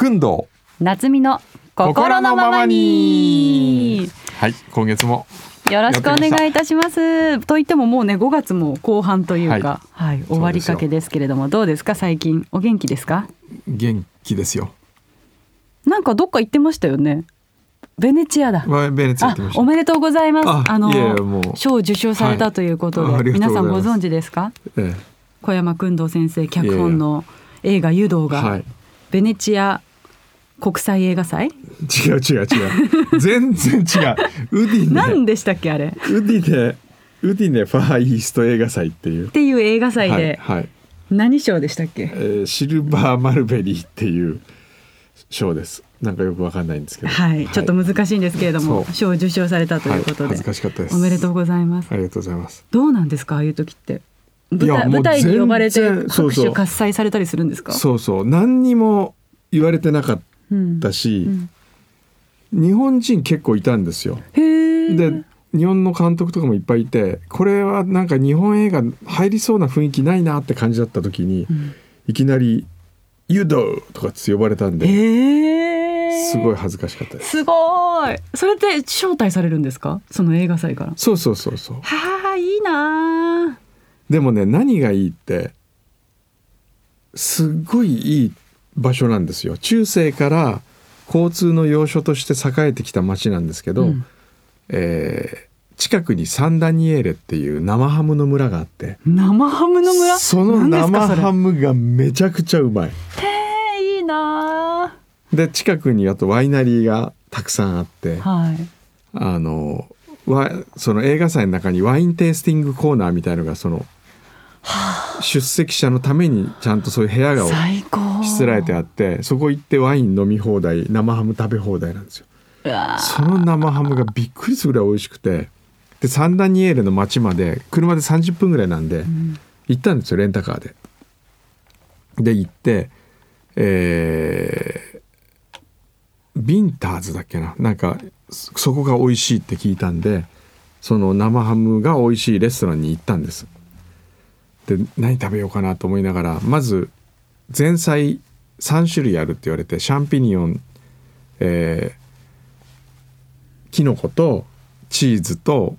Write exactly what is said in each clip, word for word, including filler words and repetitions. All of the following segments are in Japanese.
くんどう夏美の心のままに。 はい、今月もよろしくお願いいたします。といってももうねごがつも後半というか、はい、はい、終わりかけですけれども、どうですか最近、お元気ですか？ 元気ですよ。 なんかどっか行ってましたよね。ベネチアだ。 ベネチア行ってました。 おめでとうございます。ああのいやいやもう賞を受賞されたということで、はい、皆さんご存知ですか？ええ、小山薫堂先生脚本の映画湯道が、はい、ベネチア国際映画祭。 違う違う違う全然違う。ウディネ何でしたっけあれ。 ウディネウディネファーイースト映画祭っていうっていう映画祭で、 はいはい、 何賞でしたっけ？ えー、シルバーマルベリーっていう賞です。なんかよくわかんないんですけど、 はい、ちょっと難しいんですけれども、賞を受賞されたということで、はい、 恥ずかしかったです。 おめでとうございます。 ありがとうございます。 どうなんですかああいう時って。舞台、舞台に呼ばれて拍手喝采されたりするんですか？ そうそう、何にも言われてなかったし、うんうん、日本人結構いたんですよ。 へー。 で日本の監督とかもいっぱいいて、これはなんか日本映画入りそうな雰囲気ないなって感じだった時に、うん、いきなりユドとかって呼ばれたんで、 へー、 すごい恥ずかしかったです。 すごい。それって招待されるんですか？その映画祭から。 そうそうそうそう。 はあ、いいな。 でもね、何がいいってすっごいいい場所なんですよ。中世から交通の要所として栄えてきた町なんですけど、うん、えー、近くにサンダニエーレっていう生ハムの村があって。 生ハムの村？ その生ハムがめちゃくちゃうまい。 へー、いいな。 で近くにあとワイナリーがたくさんあって、はい、あのその映画祭の中にワインテイスティングコーナーみたいのがその出席者のためにちゃんとそういう部屋がしつらえてあって、そこ行ってワイン飲み放題、生ハム食べ放題なんですよ。その生ハムがびっくりするぐらい美味しくて、でサンダニエーレの街まで車でさんじゅっぷんぐらいなんで、うん、行ったんですよ、レンタカーで。で行って、えー、ビンターズだっけな、なんかそこが美味しいって聞いたんで、その生ハムが美味しいレストランに行ったんです。で何食べようかなと思いながら、まず前菜さん種類あるって言われて、シャンピニオン、えー、キノコとチーズと、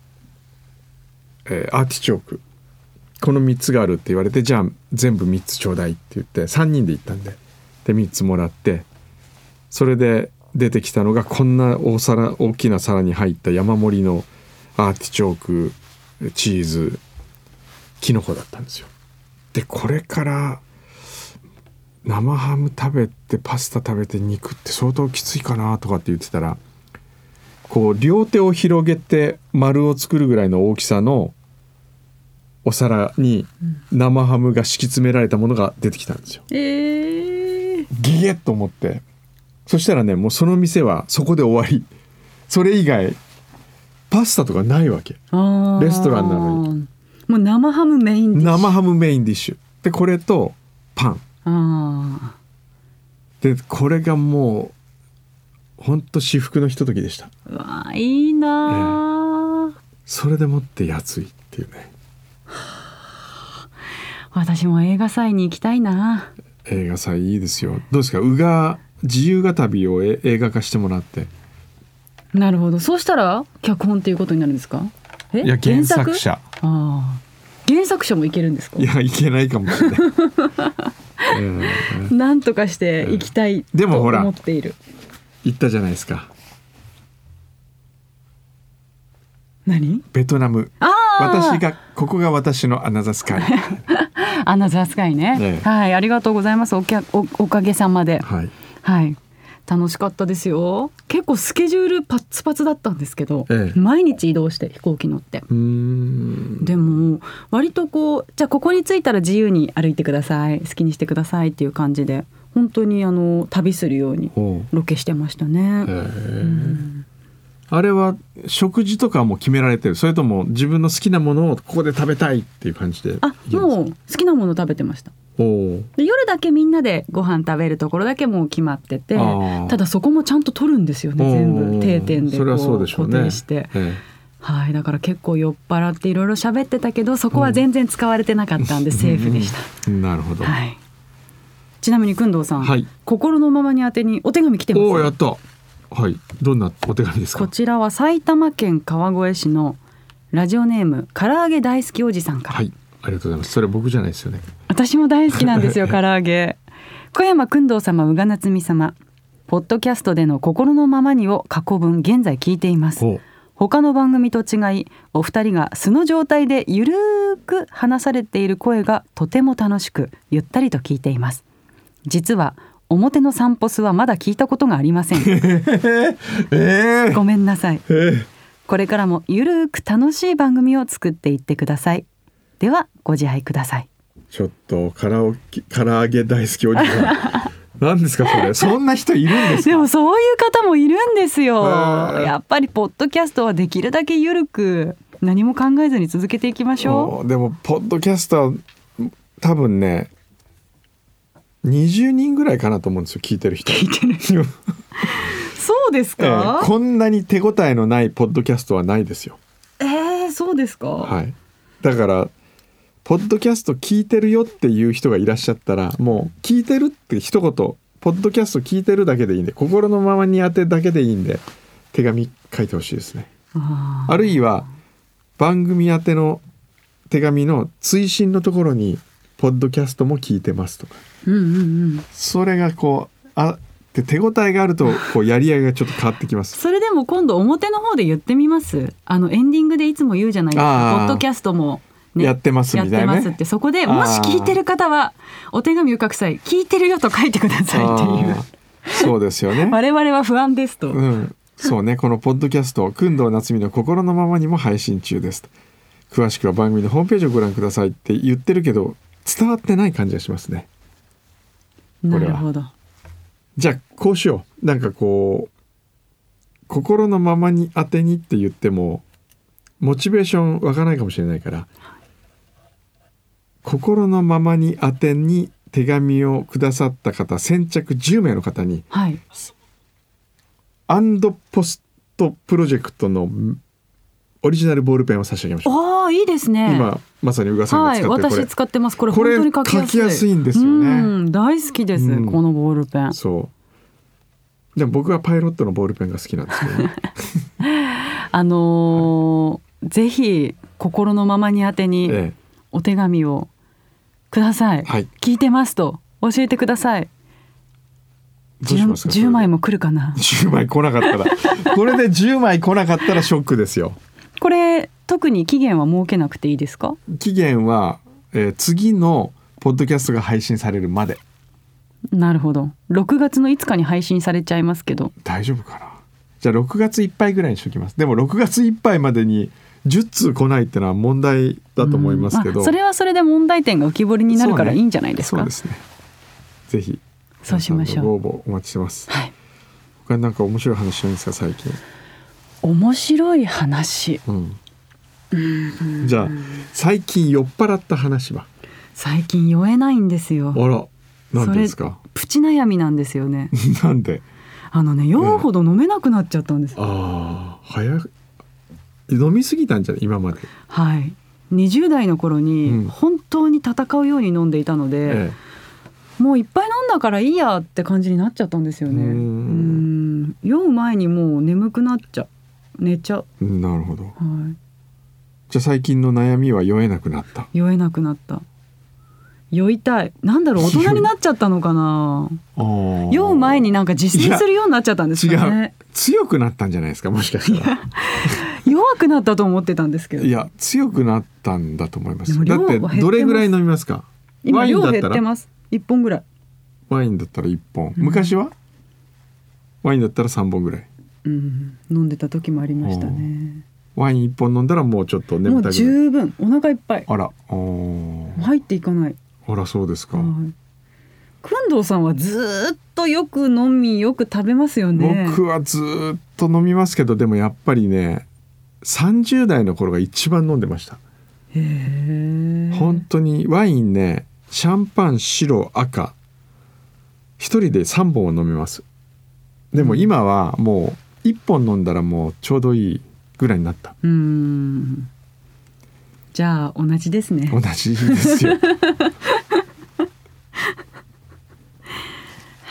えー、アーティチョーク、このみっつがあるって言われて、じゃあ全部みっつちょうだいって言ってさんにんで行ったんで、でみっつもらって、それで出てきたのがこんな大皿、大きな皿に入った山盛りのアーティチョーク、チーズ、キノコだったんですよ。でこれから生ハム食べてパスタ食べて肉って相当きついかなとかって言ってたら、こう両手を広げて丸を作るぐらいの大きさのお皿に生ハムが敷き詰められたものが出てきたんですよ。 えー、 ギゲッと思って、そしたらね、もうその店はそこで終わり。それ以外パスタとかないわけ。レストランなのにもう生ハムメインディッシュ。 生ハムメインディッシュで、これとパン。あでこれがもうほんと至福のひとときでした。 うわいいな、 ええ、それでもって安いっていうね。 私も映画祭に行きたいな。 映画祭いいですよ。どうですか、宇賀自由が旅を映画化してもらって。 なるほど。そうしたら脚本っていうことになるんですか？えいや原作者。 あ原作者もいけるんですか？ いやいけないかもしれない、 えー、なんとかして行きたいと思っている。 行ったじゃないですか。 何？ ベトナム。あ私がここが私のアナザースカイアナザースカイね、ええ、はい、ありがとうございます。 お, お, おかげさまで、はいはい、楽しかったですよ。結構スケジュールパッツパツだったんですけど、ええ、毎日移動して飛行機乗って。うーんでも割とこうじゃあここに着いたら自由に歩いてください、好きにしてくださいっていう感じで、本当にあの旅するようにロケしてましたね。うんあれは食事とかも決められてる？それとも自分の好きなものをここで食べたいっていう感じで？ あもう好きなもの食べてました。おで夜だけみんなでご飯食べるところだけもう決まってて、ただそこもちゃんと取るんですよね、全部定点でこう固定して、ええ、はい、だから結構酔っ払っていろいろ喋ってたけど、そこは全然使われてなかったんでセーフでした。 うんうん、なるほど、 はい、 ちなみに工藤さん、はい、心のままに宛てにお手紙来てます。 おー、やった。はい、どんなお手紙ですか？ こちらは埼玉県川越市のラジオネーム唐揚げ大好きおじさんから。 はい、ありがとうございます。それ僕じゃないですよね。 私も大好きなんですよ唐揚げ。小山工藤様、宇賀なつみ様、ポッドキャストでの心のままにを過去分現在聞いています。他の番組と違い、お二人が素の状態でゆるーく話されている声がとても楽しくゆったりと聞いています。実は表の散歩スはまだ聞いたことがありません。えー、ごめんなさい、えー、これからもゆるーく楽しい番組を作っていってください。ではご自愛ください。 ちょっと唐揚げ、唐揚げ大好きおじさん何ですかそれ。そんな人いるんですか？ でもそういう方もいるんですよ。やっぱりポッドキャストはできるだけゆるく何も考えずに続けていきましょう。 でもポッドキャストは多分ねにじゅうにんぐらいかなと思うんですよ、聞いてる人。 聞いてるそうですか、 ええ、こんなに手応えのないポッドキャストはないですよ。 えー、そうですか。 はい、だからポッドキャスト聞いてるよっていう人がいらっしゃったら、もう聞いてるって一言、ポッドキャスト聞いてるだけでいいんで、心のままに当てだけでいいんで手紙書いてほしいですね。 あ, あるいは番組宛ての手紙の追伸のところにポッドキャストも聞いてますとか、うんうんうん、それがこうあって手応えがあるとこうやり合いがちょっと変わってきます。 それでも今度表の方で言ってみます。あのエンディングでいつも言うじゃないですか、ポッドキャストもね、 やってますみたいなね、 やってますって、そこでもし聞いてる方はお手紙を書く際聞いてるよと書いてくださいっていう。 そうですよね我々は不安ですと、 うん、そうね。このポッドキャスト工藤夏美の心のままにも配信中ですと、詳しくは番組のホームページをご覧くださいって言ってるけど伝わってない感じがしますね。 なるほど。 じゃあこうしよう。なんかこう心のままに当てにって言ってもモチベーション湧かないかもしれないから、心のままに宛てに手紙をくださった方先着じゅうめいの方に、はい、アンドポストプロジェクトのオリジナルボールペンを差し上げましょう。 ああ、いいですね。 今まさに宇賀さんが使ってる、はい、 これ私使ってます。これ本当に書きやすい。 書きやすいんですよね。うん、 大好きです、うん、このボールペン。 そうでも僕はパイロットのボールペンが好きなんですけどねあのーはい、ぜひ心のままに宛てにお手紙をください、はい、聞いてますと教えてください。 どうしますか？ じゅうまいも来るかな。 じゅうまい来なかったらこれでじゅうまい来なかったらショックですよ。 これ特に期限は設けなくていいですか？ 期限は、えー、次のポッドキャストが配信されるまで。 なるほど。ろくがつのいつかに配信されちゃいますけど大丈夫かな。じゃあろくがついっぱいぐらいにしときます。でもろくがついっぱいまでにじゅっつう来ないってのは問題だと思いますけど、 うん、それはそれで問題点が浮き彫りになるからいいんじゃないですか。 そうね、そうですね。ぜひそうしましょう。 ご応募お待ちしてます、はい、他になんか面白い話ないんですか最近。 面白い話、うんうん、じゃあ最近酔っ払った話は。 最近酔えないんですよ。 あら、なんでですか？ プチ悩みなんですよねなんで？ あのね、酔うほど飲めなくなっちゃったんです、 うん、ああ、早い。飲みすぎたんじゃない今まで。 はい、にじゅう代の頃に本当に戦うように飲んでいたので、うんええ、もういっぱい飲んだからいいやって感じになっちゃったんですよね。うん、酔う前にもう眠くなっちゃう、寝ちゃう。 なるほど、はい、じゃあ最近の悩みは酔えなくなった。 酔えなくなった。酔いたい。なんだろう、大人になっちゃったのかな酔う前になんか実践するようになっちゃったんですかね。 違う、強くなったんじゃないですかもしかしたら。 弱くなったと思ってたんですけど。 いや強くなったんだと思います。だってどれぐらい飲みますか？ 今量減ってます。いっぽんぐらい。 ワインだったらいっぽん、昔は、うん、ワインだったらさんぼんぐらい、 うん、飲んでた時もありましたね。 ワインいっぽん飲んだらもうちょっと眠たいぐらい。 もう十分お腹いっぱい。 あら、 入っていかない。 あら、そうですか。 工藤さんはずっとよく飲みよく食べますよね。 僕はずっと飲みますけど、でもやっぱりねさんじゅう代の頃が一番飲んでました。へー。本当にワインね、シャンパン白赤一人でさんぼんは飲みます。でも今はもういっぽん飲んだらもうちょうどいいぐらいになった。うーん、 じゃあ同じですね。 同じですよ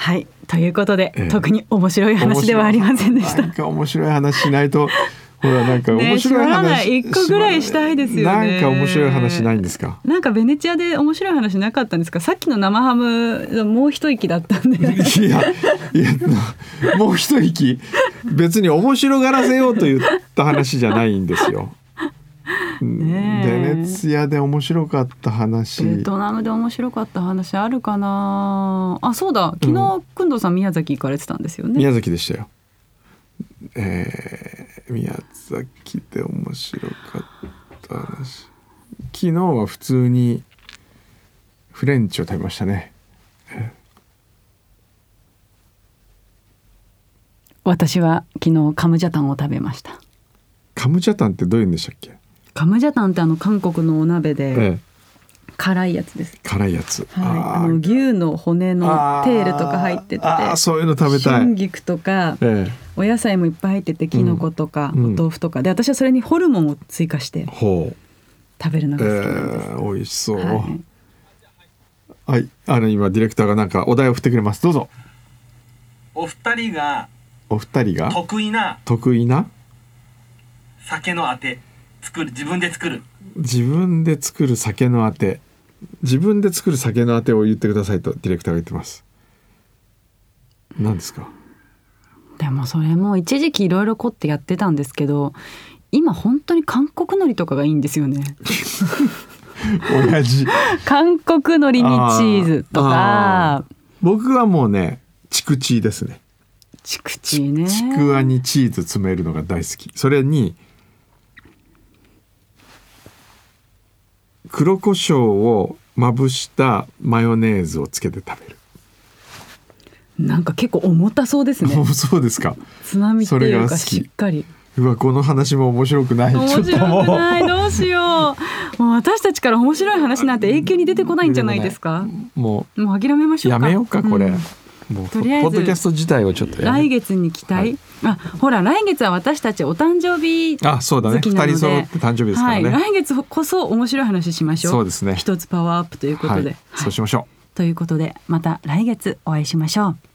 はい、ということで、えー、特に面白い話ではありませんでした。 なんか面白い話しないとほらなんか面白い話、 ね、一個ぐらいしたいですよね。 なんか面白い話ないんですか。 なんかベネチアで面白い話なかったんですか。さっきの生ハムもう一息だったんで。いやいやもう一息別に面白がらせようと言った話じゃないんですよ。ね、ベネツィアで面白かった話、 ベトナムで面白かった話あるかなあ。そうだ、昨日くんどうさん宮崎行かれてたんですよね。 宮崎でしたよ。えー、宮崎で面白かった話、昨日は普通にフレンチを食べましたね。 私は昨日カムジャタンを食べました。 カムジャタンってどういうんでしたっけ。 カムジャタンってあの韓国のお鍋で、ええ、辛いやつです。 辛いやつ、 はい、あの牛の骨のテールとか入ってて、 ああそういうの食べたい。 春菊とか、ええ、お野菜もいっぱい入っててキノコとか、うん、お豆腐とかで、私はそれにホルモンを追加して食べるのが好きなんです、えー、美味しそう。はい、はい、あの今ディレクターがなんかお題を振ってくれます。どうぞ。 お二人がお二人が得意な得意な酒のあて作る、自分で作る自分で作る酒のあて自分で作る酒のあてを言ってくださいとディレクターが言ってます。何ですか。 でもそれも一時期いろいろ凝ってやってたんですけど、今本当に韓国海苔とかがいいんですよね。 親父韓国海苔にチーズとか。 僕はもうねチクチーですね。 チクチーね。 ちくわにチーズ詰めるのが大好き。それに黒胡椒をまぶしたマヨネーズをつけて食べる。 なんか結構重たそうですね。 そうですか。 つまみっていうかしっかり。 うわこの話も面白くない。 面白くない。どうしよう。もう私たちから面白い話なんて永久に出てこないんじゃないですか。 もうもう諦めましょうか。 やめようかこれ。うんもうとりあえずポッドキャスト自体をちょっと来月に期待、はい、あほら来月は私たちお誕生日月なので、 あそうだね、ふたり揃って誕生日ですからね、 はい、来月こそ面白い話しましょう。 そうですね、 一つパワーアップということで、はいはい、そうしましょう。 ということでまた来月お会いしましょう。